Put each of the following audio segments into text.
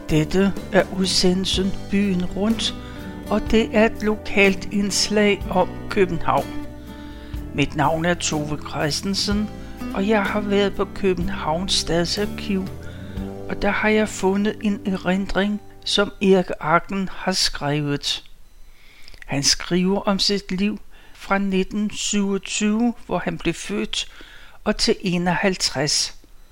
Dette er udsendelsen Byen Rundt, og det er et lokalt indslag om København. Mit navn er Tove Christensen, og jeg har været på Københavns Stadsarkiv, og der har jeg fundet en erindring, som Erik Aggen har skrevet. Han skriver om sit liv fra 1927, hvor han blev født, og til 51.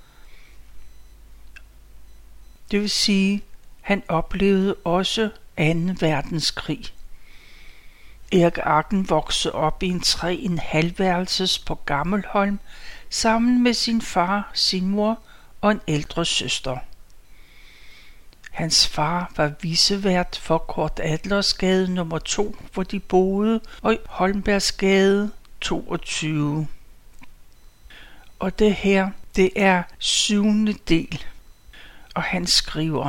Det vil sige, han oplevede også 2. verdenskrig. Erik Aggen voksede op i en 3,5-værelses på Gammelholm sammen med sin far, sin mor og en ældre søster. Hans far var vicevært for Kort Adlersgade nummer 2, hvor de boede, og i Holmbergsgade 22. Og det her, det er 7. del. Og han skriver: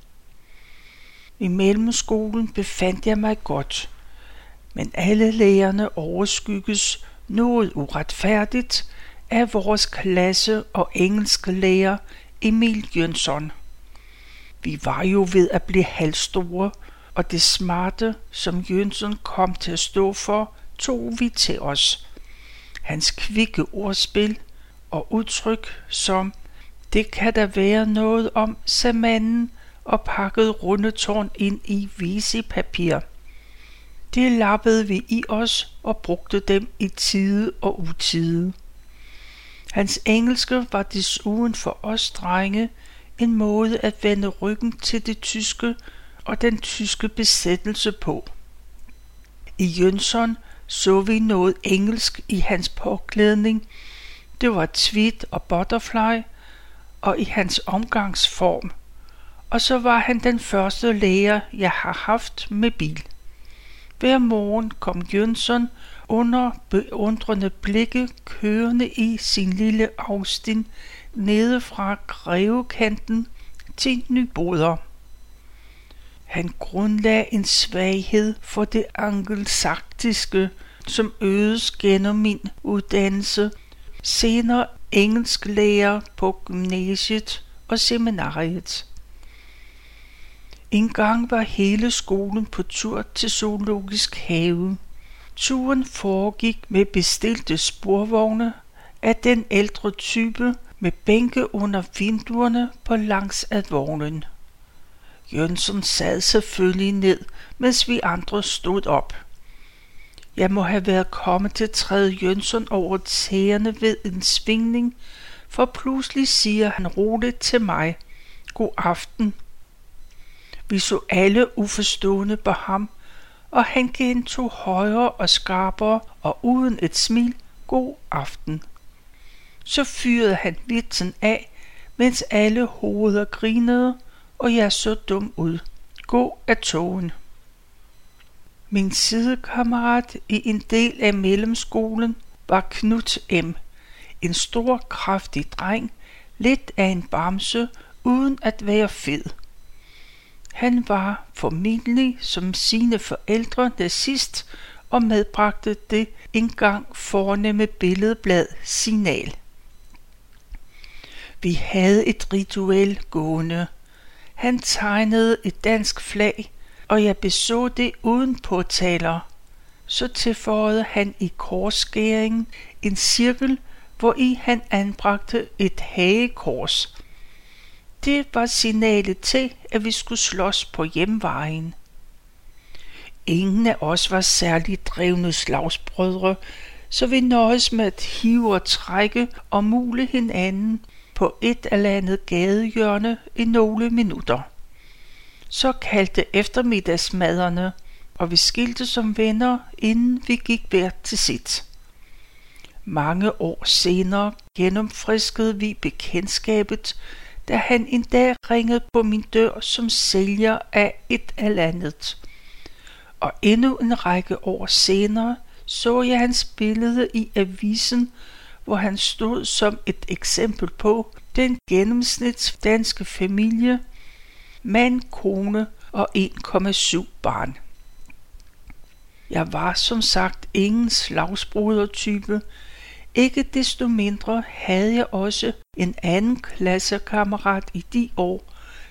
I mellemskolen befandt jeg mig godt, men alle lærerne overskygges noget uretfærdigt af vores klasse- og engelsklærer Emil Jønsson. Vi var jo ved at blive halvstore, og det smarte, som Jønsson kom til at stå for, tog vi til os. Hans kvikke ordspil og udtryk som "det kan der være noget om", sagde manden og pakkede Rundetårn ind i visipapir. Det lappede vi i os og brugte dem i tide og utide. Hans engelske var desuden for os drenge en måde at vende ryggen til det tyske og den tyske besættelse på. I Jønsson så vi noget engelsk i hans påklædning. Det var tweed og butterfly, og i hans omgangsform. Og så var han den første lærer, jeg har haft med bil. Hver morgen kom Jønsson under beundrende blikke kørende i sin lille Austin nede fra Grevekanten til Nyboder. Han grundlagde en svaghed for det angelsaksiske, som øgedes gennem min uddannelse, senere engelsklærer på gymnasiet og seminariet. En gang var hele skolen på tur til Zoologisk Have. Turen foregik med bestilte sporvogne af den ældre type med bænke under vinduerne på langs af vognen. Jønsson sad selvfølgelig ned, mens vi andre stod op. Jeg må have været kommet til at træde Jønsson over tæerne ved en svingning, for pludselig siger han roligt til mig: "God aften." Vi så alle uforstående på ham, og han gentog højere og skarpere og uden et smil: "God aften." Så fyrede han vitsen af, mens alle hoveder grinede, og jeg så dum ud. God af togen. Min sidekammerat i en del af mellemskolen var Knut M., en stor, kraftig dreng, lidt af en bamse, uden at være fed. Han var formentlig som sine forældre nazist og medbragte det engang fornemme billedblad Signal. Vi havde et ritual gående. Han tegnede et dansk flag, og jeg beså det uden påtaler. Så tilføjede han i korsskæringen en cirkel, hvori han anbragte et hagekors. Det var signalet til, at vi skulle slås på hjemvejen. Ingen af os var særligt drevne slagsbrødre, så vi nøjes med at hive og trække og mule hinanden på et eller andet gadehjørne i nogle minutter. Så kaldte eftermiddagsmaderne, og vi skilte som venner, inden vi gik hver til sit. Mange år senere genopfriskede vi bekendtskabet, da han en dag ringede på min dør som sælger af et eller andet. Og endnu en række år senere så jeg hans billede i avisen, hvor han stod som et eksempel på den gennemsnitsdanske familie, mand, kone og 1,7 barn. Jeg var som sagt ingen slagsbrodertype. Ikke desto mindre havde jeg også en anden klassekammerat i de år,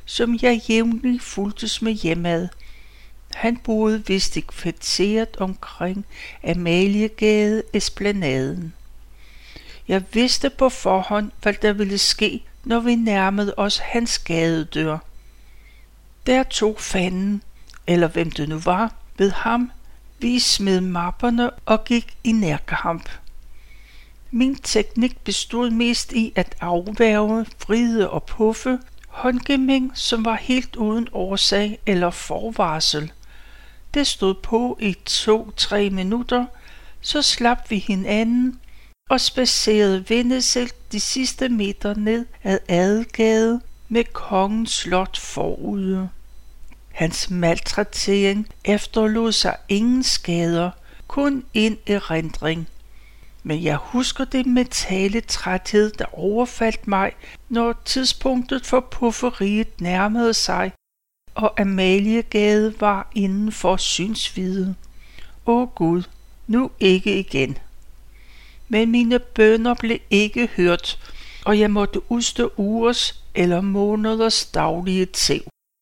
som jeg jævnligt fulgtes med hjemad. Han boede vist i kvarteret omkring Amaliegade Esplanaden. Jeg vidste på forhånd, hvad der ville ske, når vi nærmede os hans gadedør. Der tog fanden, eller hvem det nu var, ved ham. Vi smed mapperne og gik i nærkamp. Min teknik bestod mest i at afværge, vride og puffe håndgemæng, som var helt uden årsag eller forvarsel. Det stod på i 2-3 minutter, så slap vi hinanden og spacerede vennesælt de sidste meter ned ad Adelgade med Kongens Slot forude. Hans maltraktering efterlod sig ingen skader, kun en erindring. Men jeg husker det mentale træthed, der overfaldt mig, når tidspunktet for pufferiet nærmede sig, og Amaliegade var inden for synsvide. Åh Gud, nu ikke igen. Men mine bønner blev ikke hørt, og jeg måtte udstå ugers eller måneders daglige tæv.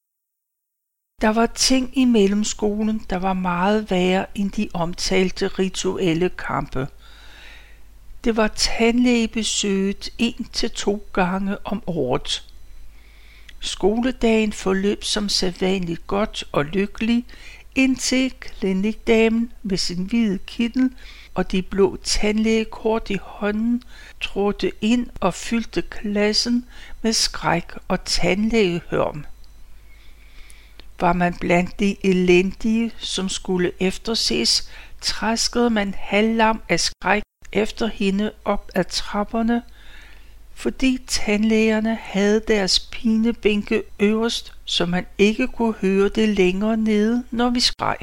Der var ting i mellemskolen, der var meget værre end de omtalte rituelle kampe. Det var tandlægebesøget 1-2 gange om året. Skoledagen forløb som sædvanligt godt og lykkelig, indtil klinikdamen med sin hvide kittel og de blå tandlægekort i hånden trådte ind og fyldte klassen med skræk og tandlægehørm. Var man blandt de elendige, som skulle efterses, træskede man halvlam af skræk efter hende op ad trapperne, fordi tandlægerne havde deres pinebænke øverst, så man ikke kunne høre det længere nede, når vi skreg.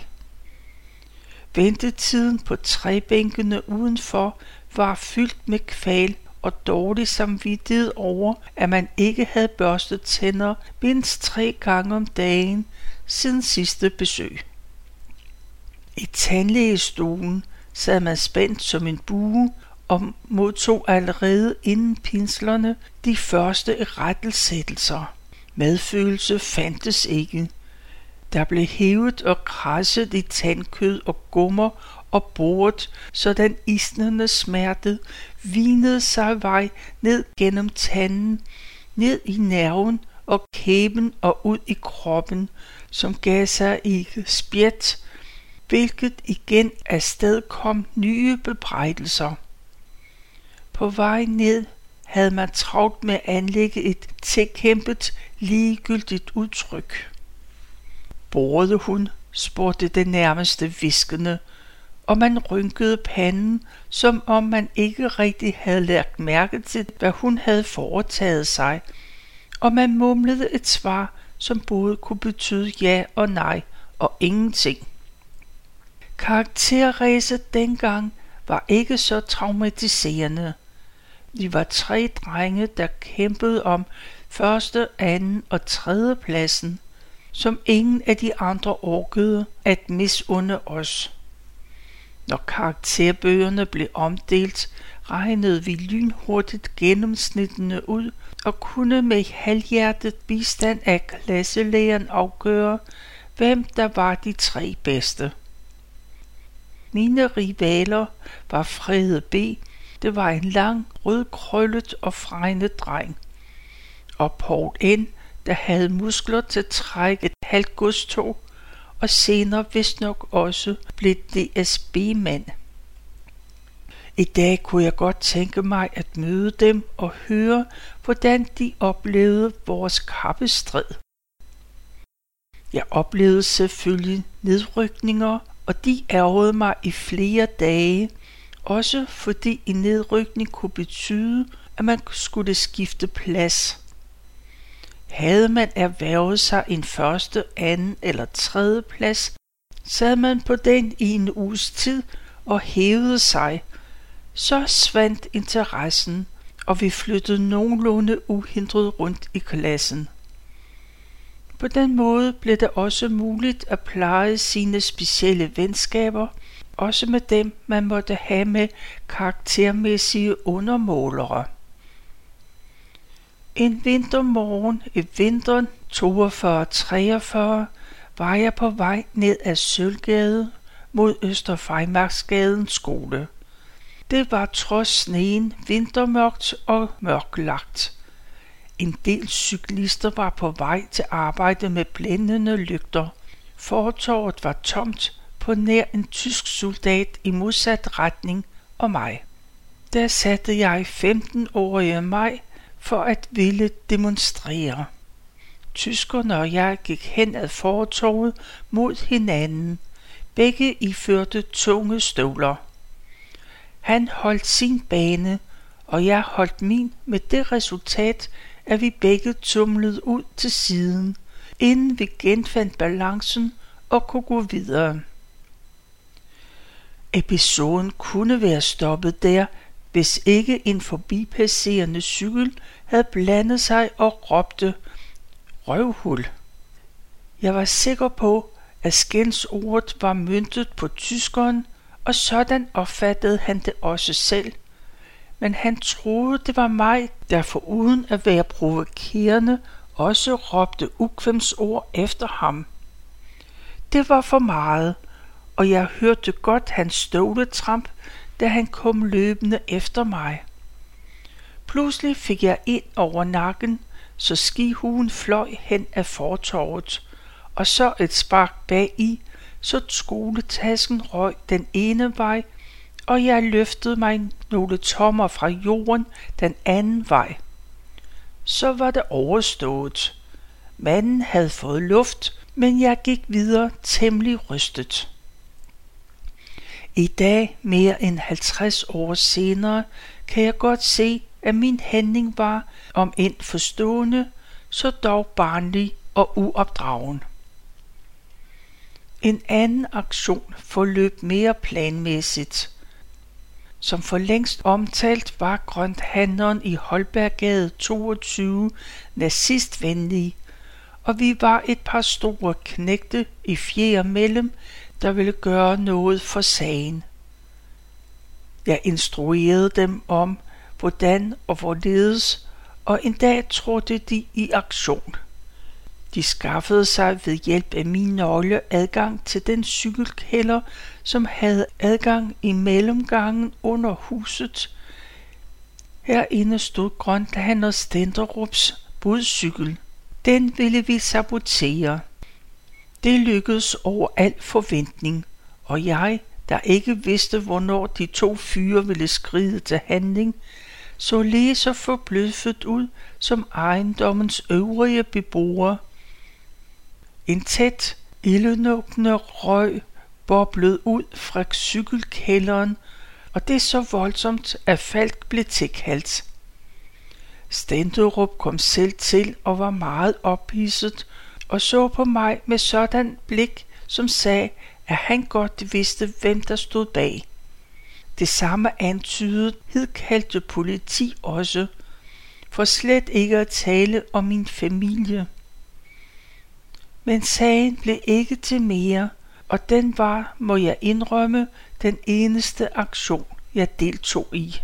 Ventetiden på træbænkene udenfor var fyldt med kval og dårlig samvittighed over, at man ikke havde børstet tænder mindst 3 gange om dagen siden sidste besøg. I tandlægestolen sad man spændt som en bue og modtog allerede inden pinslerne de første rettelsættelser. Medfølelse fandtes ikke. Der blev hævet og kradset i tandkød og gummer og boret, så den isnende smerte vinede sig vej ned gennem tanden, ned i nerven og kæben og ud i kroppen, som gav sig i spjæt, hvilket igen afstedkom nye bebrejdelser. På vej ned havde man travlt med at anlægge et tilkæmpet, ligegyldigt udtryk. Borede hun, spurgte det nærmeste hviskende, og man rynkede panden, som om man ikke rigtig havde lagt mærke til, hvad hun havde foretaget sig, og man mumlede et svar, som både kunne betyde ja og nej og ingenting. Karakterræset dengang var ikke så traumatiserende. Vi var 3 drenge, der kæmpede om 1., 2. og 3. pladsen, som ingen af de andre orkede at misunde os. Når karakterbøgerne blev omdelt, regnede vi lynhurtigt gennemsnittene ud og kunne med halvhjertet bistand af klasselæreren afgøre, hvem der var de 3 bedste. Mine rivaler var Frede B. Det var en lang, rødkrøllet og fregnet dreng. Og Poul N., der havde muskler til at trække et halvt godstog, og senere vist nok også blev DSB-mand. I dag kunne jeg godt tænke mig at møde dem og høre, hvordan de oplevede vores kappestrid. Jeg oplevede selvfølgelig nedrykninger, og de ærgede mig i flere dage, også fordi en nedrykning kunne betyde, at man skulle skifte plads. Havde man erhvervet sig en 1., 2. eller 3. plads, sad man på den i en uges tid og hævede sig. Så svandt interessen, og vi flyttede nogenlunde uhindret rundt i klassen. På den måde blev det også muligt at pleje sine specielle venskaber, også med dem man måtte have med karaktermæssige undermålere. En vintermorgen i vinteren 42-43 var jeg på vej ned ad Sølvgade mod Øster Farimagsgadens skole. Det var trods sneen vintermørkt og mørklagt. En del cyklister var på vej til arbejde med blændende lygter. Fortovet var tomt på nær en tysk soldat i modsat retning og mig. Der satte jeg 15-årige mig for at ville demonstrere. Tyskerne og jeg gik hen ad fortovet mod hinanden. Begge iførte tunge støvler. Han holdt sin bane, og jeg holdt min med det resultat, at vi begge tumlede ud til siden, inden vi genfandt balancen og kunne gå videre. Episoden kunne være stoppet der, hvis ikke en forbipasserende cykel havde blandet sig og råbte røvhul. Jeg var sikker på, at skældsordet var møntet på tyskeren, og sådan opfattede han det også selv. Men han troede, det var mig, der foruden at være provokerende, også råbte ukvemsord efter ham. Det var for meget, og jeg hørte godt hans støvletramp, da han kom løbende efter mig. Pludselig fik jeg ind over nakken, så skihuen fløj hen af fortovet, og så et spark bagi, så skoletasken røg den ene vej, og jeg løftede mig nogle tommer fra jorden den anden vej. Så var det overstået. Manden havde fået luft, men jeg gik videre temmelig rystet. I dag, mere end 50 år senere, kan jeg godt se, at min handling var, om end forstående, så dog barnlig og uopdragen. En anden aktion forløb mere planmæssigt. Som for længst omtalt var grønthandleren i Holberggade 22 nazistvenlig, og vi var et par store knægte i fjerde mellem, der ville gøre noget for sagen. Jeg instruerede dem om, hvordan og hvorledes, og en dag trådte de i aktion. De skaffede sig ved hjælp af min nøgle adgang til den cykelkælder, som havde adgang i mellemgangen under huset. Herinde stod grønthandler Stenderups budcykel. Den ville vi sabotere. Det lykkedes over al forventning, og jeg, der ikke vidste, hvornår de to fyre ville skride til handling, så læser forbløffet ud som ejendommens øvrige beboere. En tæt, ildenugtende røg boblede ud fra cykelkælderen, og det så voldsomt, at Falk blev tilkaldt. Stenderup kom selv til og var meget ophidset og så på mig med sådan blik, som sagde, at han godt vidste, hvem der stod bag. Det samme antydede hidkaldte politi også, for slet ikke at tale om min familie. Men sagen blev ikke til mere, og den var, må jeg indrømme, den eneste aktion, jeg deltog i.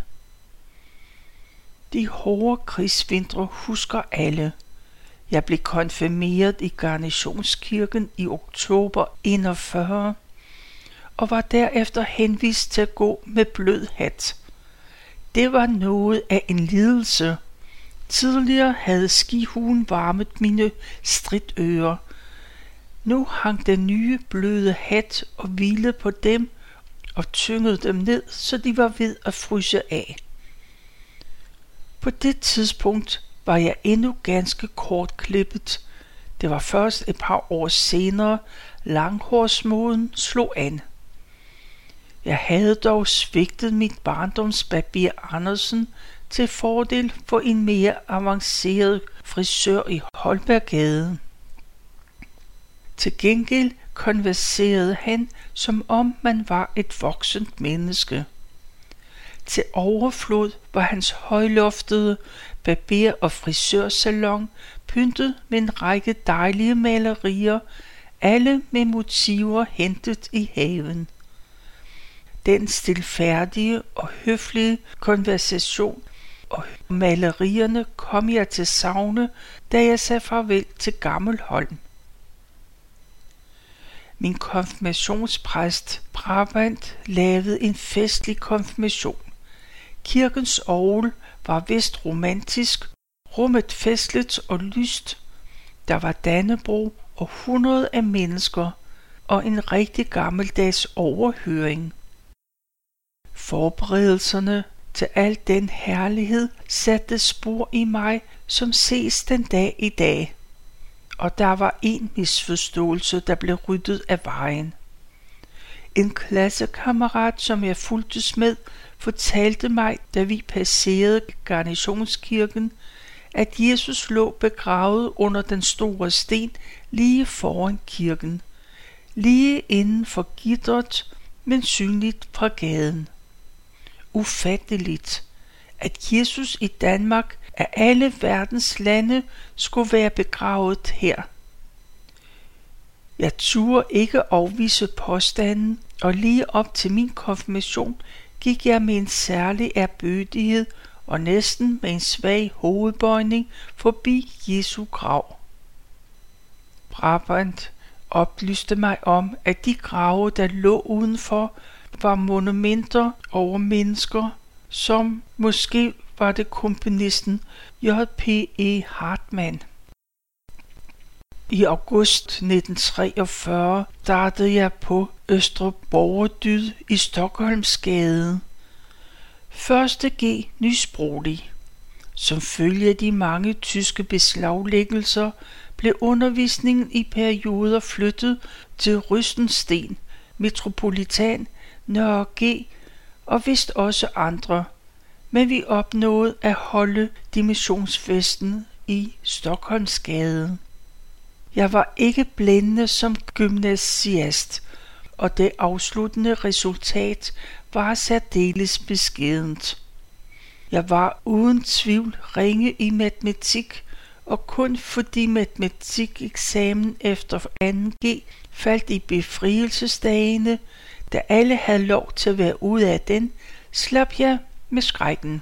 De hårde krigsvintre husker alle. Jeg blev konfirmeret i Garnisonskirken i oktober 41, og var derefter henvist til at gå med blød hat. Det var noget af en lidelse. Tidligere havde skihuen varmet mine stridører. Nu hang den nye bløde hat og hvilede på dem og tyngede dem ned, så de var ved at fryse af. På det tidspunkt var jeg endnu ganske kortklippet. Det var først et par år senere, langhårsmoden slog an. Jeg havde dog svigtet mit barndoms Barbier Andersen til fordel for en mere avanceret frisør i Holberggade. Til gengæld konverserede han, som om man var et voksent menneske. Til overflod var hans højloftede barber- og frisørsalon pyntet med en række dejlige malerier, alle med motiver hentet i haven. Den stilfærdige og høflige konversation og malerierne kom jeg til savne, da jeg sagde farvel til Gammelholm. Min konfirmationspræst Brabant lavede en festlig konfirmation. Kirkens orgel var vist romantisk, rummet festligt og lyst. Der var Dannebrog og 100 af mennesker og en rigtig gammeldags overhøring. Forberedelserne til al den herlighed satte spor i mig, som ses den dag i dag. Og der var en misforståelse, der blev ryddet af vejen. En klassekammerat, som jeg fulgtes med, fortalte mig, da vi passerede Garnisonskirken, at Jesus lå begravet under den store sten lige foran kirken, lige inden for gitteret, men synligt fra gaden. Ufatteligt, at Jesus i Danmark af alle verdens lande skulle være begravet her. Jeg turde ikke afvise påstanden, og lige op til min konfirmation gik jeg med en særlig ærbødighed og næsten med en svag hovedbøjning forbi Jesu grav. Brabant oplyste mig om, at de grave, der lå udenfor, var monumenter over mennesker, som måske var det komponisten J.P.E. Hartmann. I august 1943 startede jeg på Østre Borgerdyd i Stockholmsgade. 1.G nysproglig. Som følge af de mange tyske beslaglæggelser blev undervisningen i perioder flyttet til Rystensten, Metropolitan, Nørre G og vist også andre, men vi opnåede at holde dimensionsfesten i Stockholmsgade. Jeg var ikke blændende som gymnasiast, og det afsluttende resultat var særdeles beskedent. Jeg var uden tvivl ringe i matematik, og kun fordi matematikeksamen efter 2.G faldt i befrielsesdagene, da alle havde lov til at være ude af den, slap jeg med skrækken.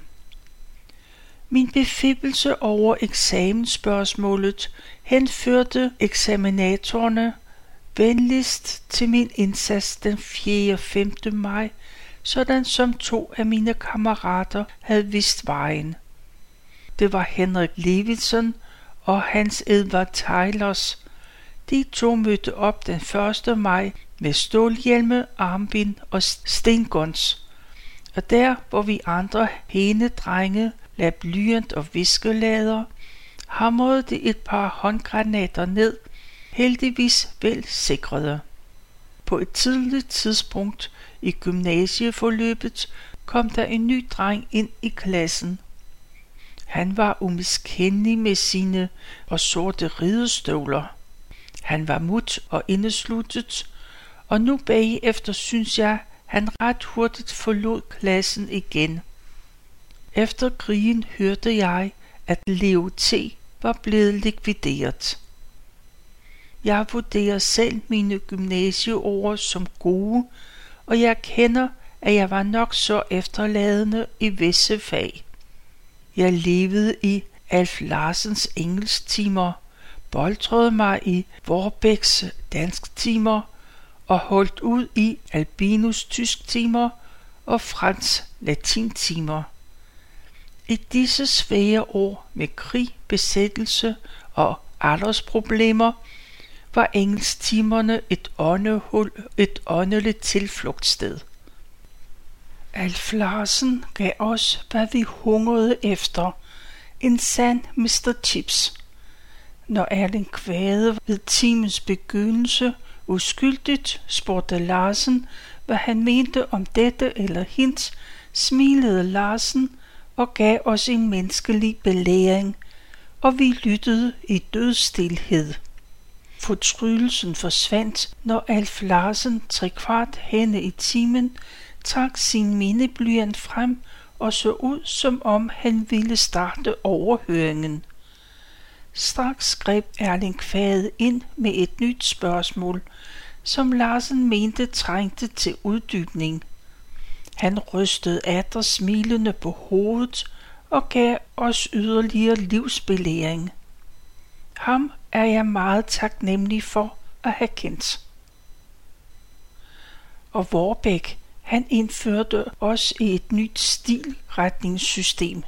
Min befippelse over eksamensspørgsmålet henførte eksaminatorerne venligst til min indsats den 4. og 5. maj, sådan som 2 af mine kammerater havde vist vejen. Det var Henrik Levinson og Hans Edvard Teilers. De 2 mødte op den 1. maj med stålhjelme, armbind og stengons. Og der, hvor vi andre hene drenge lagde blyant og viskelader, hamrede de et par håndgranater ned, heldigvis vel sikrede. På et tidligt tidspunkt i gymnasieforløbet kom der en ny dreng ind i klassen. Han var umiskendelig med sine og sorte ridestøvler. Han var mut og indesluttet, og nu bagefter synes jeg, han ret hurtigt forlod klassen igen. Efter krigen hørte jeg, at Leo T. var blevet likvideret. Jeg vurderer selv mine gymnasieår som gode, og jeg kender, at jeg var nok så efterladende i visse fag. Jeg levede i Alf Larsens engelsktimer, boltrede mig i Vorbecks dansktimer og holdt ud i Albinus tysktimer og Frans latintimer. I disse svære år med krig, besættelse og aldersproblemer var engelsktimerne et åndehul, et åndeligt tilflugtssted. Alf Larsen gav os, hvad vi hungrede efter, en sand Mr. Chips. Når Erling Kvade ved timens begyndelse uskyldigt spurgte Larsen, hvad han mente om dette eller hint, smilede Larsen og gav os en menneskelig belæring, og vi lyttede i dødstilhed. Fortrydelsen forsvandt, når Alf Larsen 3/4 henne i timen trak sin mindeblyant frem og så ud, som om han ville starte overhøringen. Straks greb Erling Kvade ind med et nyt spørgsmål, som Larsen mente trængte til uddybning. Han rystede atter smilende på hovedet og gav os yderligere livsbelæring. Ham er jeg meget taknemmelig for at have kendt. Og Warbeck, han indførte os i et nyt stilretningssystem.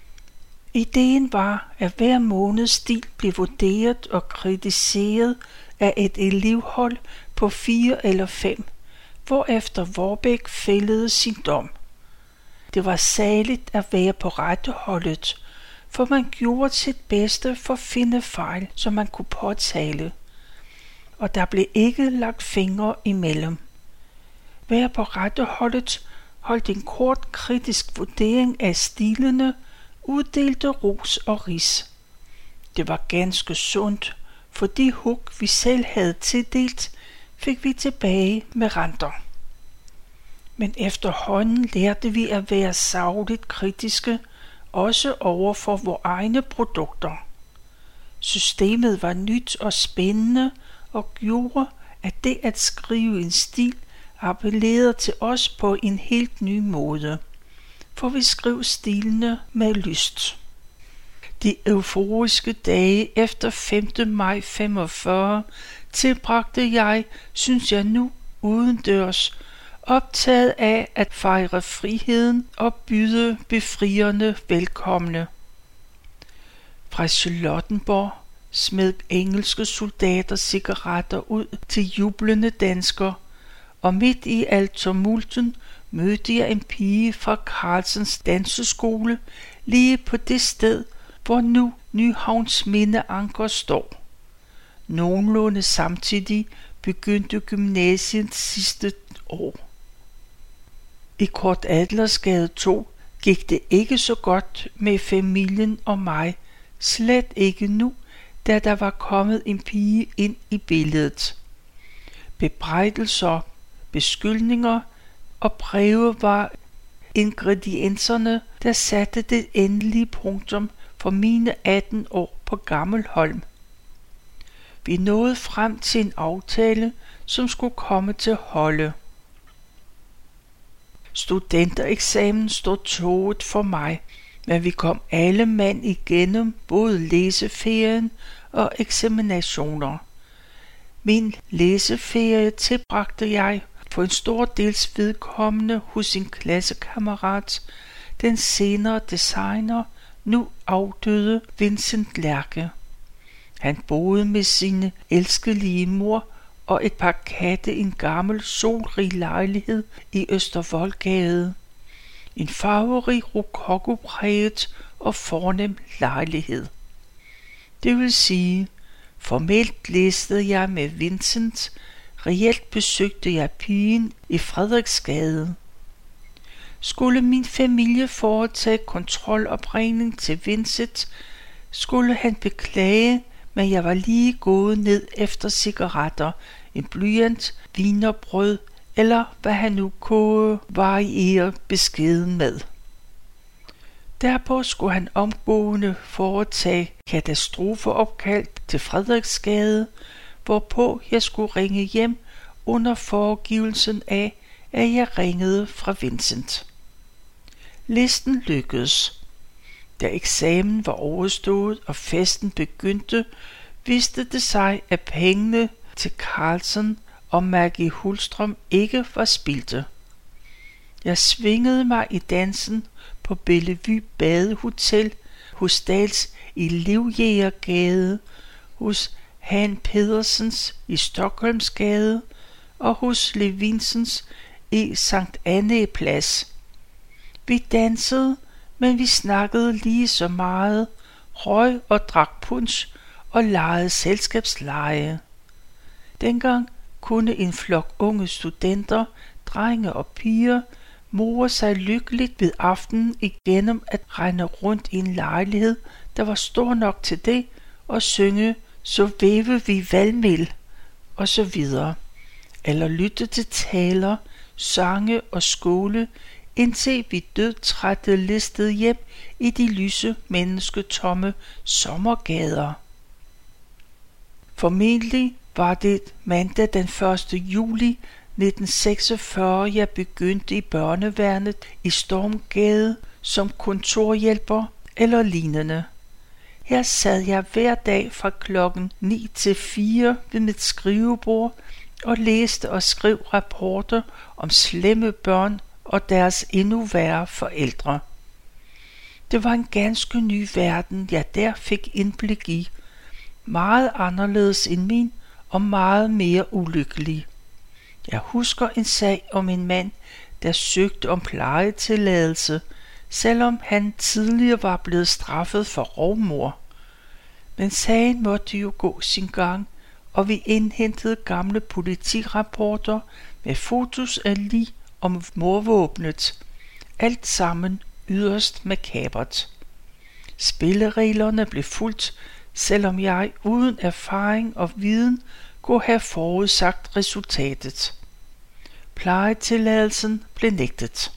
Ideen var, at hver måneds stil blev vurderet og kritiseret af et elevhold på 4 eller 5, hvorefter Warbeck fældede sin dom. Det var saligt at være på retteholdet, for man gjorde sit bedste for at finde fejl, som man kunne påtale, og der blev ikke lagt fingre imellem. Hver på retteholdet holdt en kort kritisk vurdering af stilene, uddelte ros og ris. Det var ganske sundt, for de hug, vi selv havde tildelt, fik vi tilbage med renter. Men efterhånden lærte vi at være sagligt kritiske, også over for vores egne produkter. Systemet var nyt og spændende og gjorde, at det at skrive en stil appellerede til os på en helt ny måde, for vi skrev stilene med lyst. De euforiske dage efter 5. maj 45 tilbragte jeg, synes jeg nu, udendørs, optaget af at fejre friheden og byde befrierne velkomne. Fra Charlottenborg smed engelske soldater cigaretter ud til jublende danskere, og midt i al tumulten mødte jeg en pige fra Carlsens danseskole lige på det sted, hvor nu Nyhavnsminde Anker står. Nogenlunde samtidig begyndte gymnasiets sidste år. I Kurt Adlersgade 2 gik det ikke så godt med familien og mig, slet ikke nu, da der var kommet en pige ind i billedet. Bebrejdelser, beskyldninger og breve var ingredienserne, der satte det endelige punktum for mine 18 år på Gammelholm. Vi nåede frem til en aftale, som skulle komme til at holde. Studentereksamen stod toget for mig, men vi kom alle mand igennem både læseferien og eksaminationer. Min læseferie tilbragte jeg for en stor dels vedkommende hos sin klassekammerat, den senere designer, nu afdøde Vincent Lærke. Han boede med sine elskelige mor og et par katte i en gammel solrig lejlighed i Østervoldgade. En farverig rokokopræget og fornem lejlighed. Det vil sige, formelt læste jeg med Vincent, reelt besøgte jeg pigen i Frederiksgade. Skulle min familie foretage kontrolopringning til Vincent, skulle han beklage, men jeg var lige gået ned efter cigaretter, en blyant, wienerbrød eller hvad han nu kunne variere beskeden med. Derpå skulle han omgående foretage katastrofeopkald til Frederiksgade, hvorpå jeg skulle ringe hjem under foregivelsen af, at jeg ringede fra Vincent. Listen lykkedes. Da eksamen var overstået og festen begyndte, viste det sig, at pengene til Carlsen og Maggie Hulstrøm ikke var spildte. Jeg svingede mig i dansen på Bellevue Badehotel, hos Dals i Livjægergade, hos Han Pedersens i Stockholmsgade og hos Levinsens i Sankt Annæ Plads. Vi dansede, men vi snakkede lige så meget, røg og drak punch og legede selskabsleje. Dengang kunne en flok unge studenter, drenge og piger, more sig lykkeligt ved aftenen igennem at rende rundt i en lejlighed, der var stor nok til det, og synge "Så væve vi valmel" og så videre, eller lytte til taler, sange og skåle, indtil vi dødtrætte listede hjem i de lyse mennesketomme sommergader. Formentlig var det mandag den 1. juli 1946, jeg begyndte i børneværnet i Stormgade som kontorhjælper eller lignende. Her sad jeg hver dag fra klokken 9 til 4 ved mit skrivebord og læste og skrev rapporter om slemme børn og deres endnu værre forældre. Det var en ganske ny verden, jeg der fik indblik i. Meget anderledes end min og meget mere ulykkelig. Jeg husker en sag om en mand, der søgte om plejetilladelse, selvom han tidligere var blevet straffet for rovmord. Men sagen måtte jo gå sin gang, og vi indhentede gamle politirapporter med fotos af lig om mordvåbnet. Alt sammen yderst makabert. Spillereglerne blev fulgt, selvom jeg uden erfaring og viden kunne have forudsagt resultatet. Plejetilladelsen blev nægtet.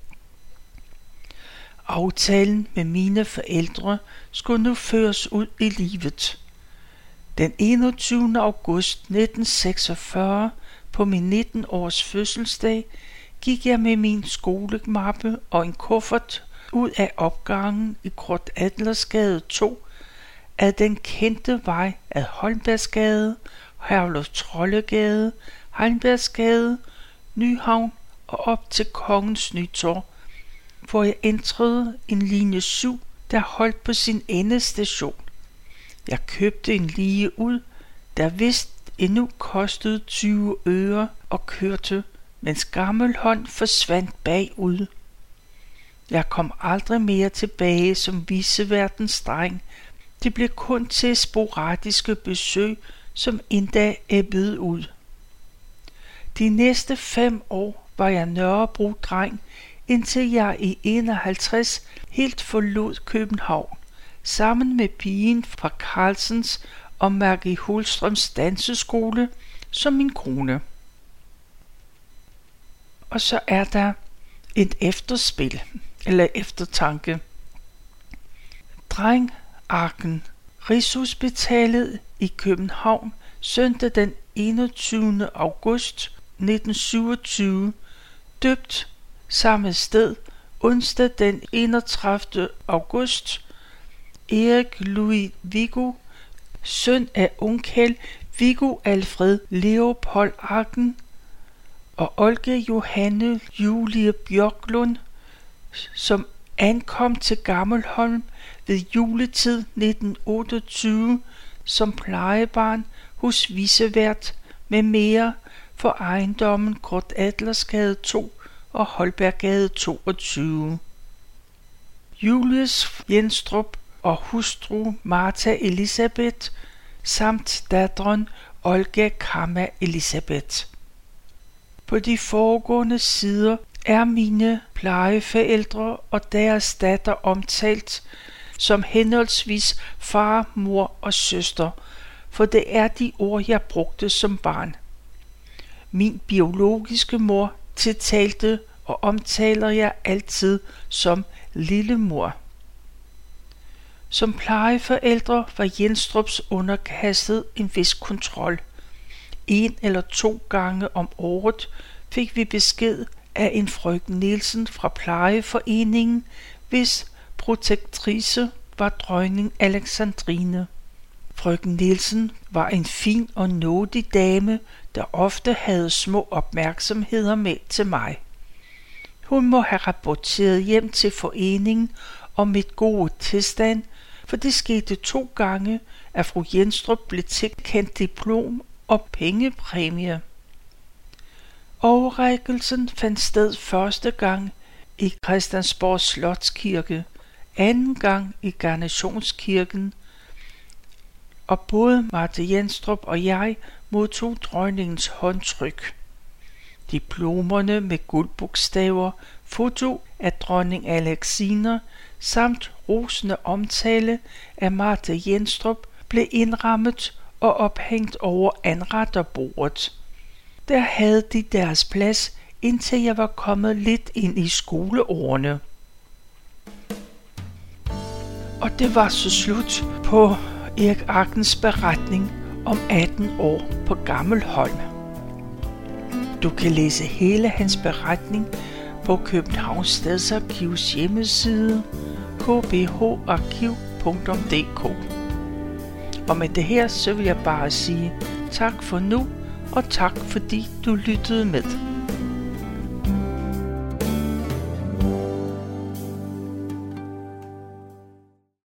Aftalen med mine forældre skulle nu føres ud i livet. Den 21. august 1946, på min 19-års fødselsdag, gik jeg med min skolemappe og en kuffert ud af opgangen i Kurt Adlersgade 2 af den kendte vej ad Holmbergsgade, Herluf Trollegade, Heimbjergsgade, Nyhavn og op til Kongens Nytorv, hvor jeg ændrede en linje 7, der holdt på sin endestation. Jeg købte en lige ud, der vist endnu kostede 20 øre og kørte, mens Gammelholm forsvandt bagud. Jeg kom aldrig mere tilbage som viceværtens dreng. Det blev kun til sporadiske besøg, som endda æbbede ud. De næste 5 år var jeg Nørrebro-dreng, indtil jeg i 51 helt forlod København, sammen med pigen fra Carlsens og Margit Hulstrøms danseskole som min kone. Og så er der et efterspil, eller eftertanke. Dreng Arken, Rigshospitalet i København, søndag den 21. august 1927, døbt samme sted, onsdag den 31. august, Erik Louis Viggo, søn af onkel Viggo Alfred Leopold Arken og Olga Johanne Julie Bjørklund, som ankom til Gammelholm ved juletid 1928 som plejebarn hos vicevært med mere for ejendommen Kurt Adlersgade 2 og Holberggade 22. Julius Jenstrup og hustru Martha Elisabeth samt datteren Olga Kamma Elisabeth. På de foregående sider er mine plejeforældre og deres datter omtalt som henholdsvis far, mor og søster, for det er de ord, jeg brugte som barn. Min biologiske mor tiltalte og omtaler jeg altid som lillemor. Som plejeforældre var Jenstrups underkastet en vis kontrol. 1 eller 2 gange om året fik vi besked af en frøken Nielsen fra plejeforeningen, hvis protektrice var dronning Alexandrine. Frøken Nielsen var en fin og nådig dame, der ofte havde små opmærksomheder med til mig. Hun må have rapporteret hjem til foreningen om mit gode tilstand, for det skete 2 gange, at fru Jenstrup blev tilkendt diplom og pengepræmie. Overrækkelsen fandt sted første gang i Christiansborg Slotskirke, anden gang i Garnisonskirken, og både Martha Jenstrup og jeg modtog dronningens håndtryk. Diplomerne med guldbogstaver, foto af dronning Alexina samt rosende omtale af Martha Jenstrup blev indrammet og ophængt over anretterbordet. Der havde de deres plads, indtil jeg var kommet lidt ind i skoleårene. Og det var så slut på Erik Arkens beretning om 18 år på Gammelholm. Du kan læse hele hans beretning på Københavns Stadsarkivs hjemmeside kbharkiv.dk. Og med det her, så vil jeg bare sige tak for nu, og tak fordi du lyttede med.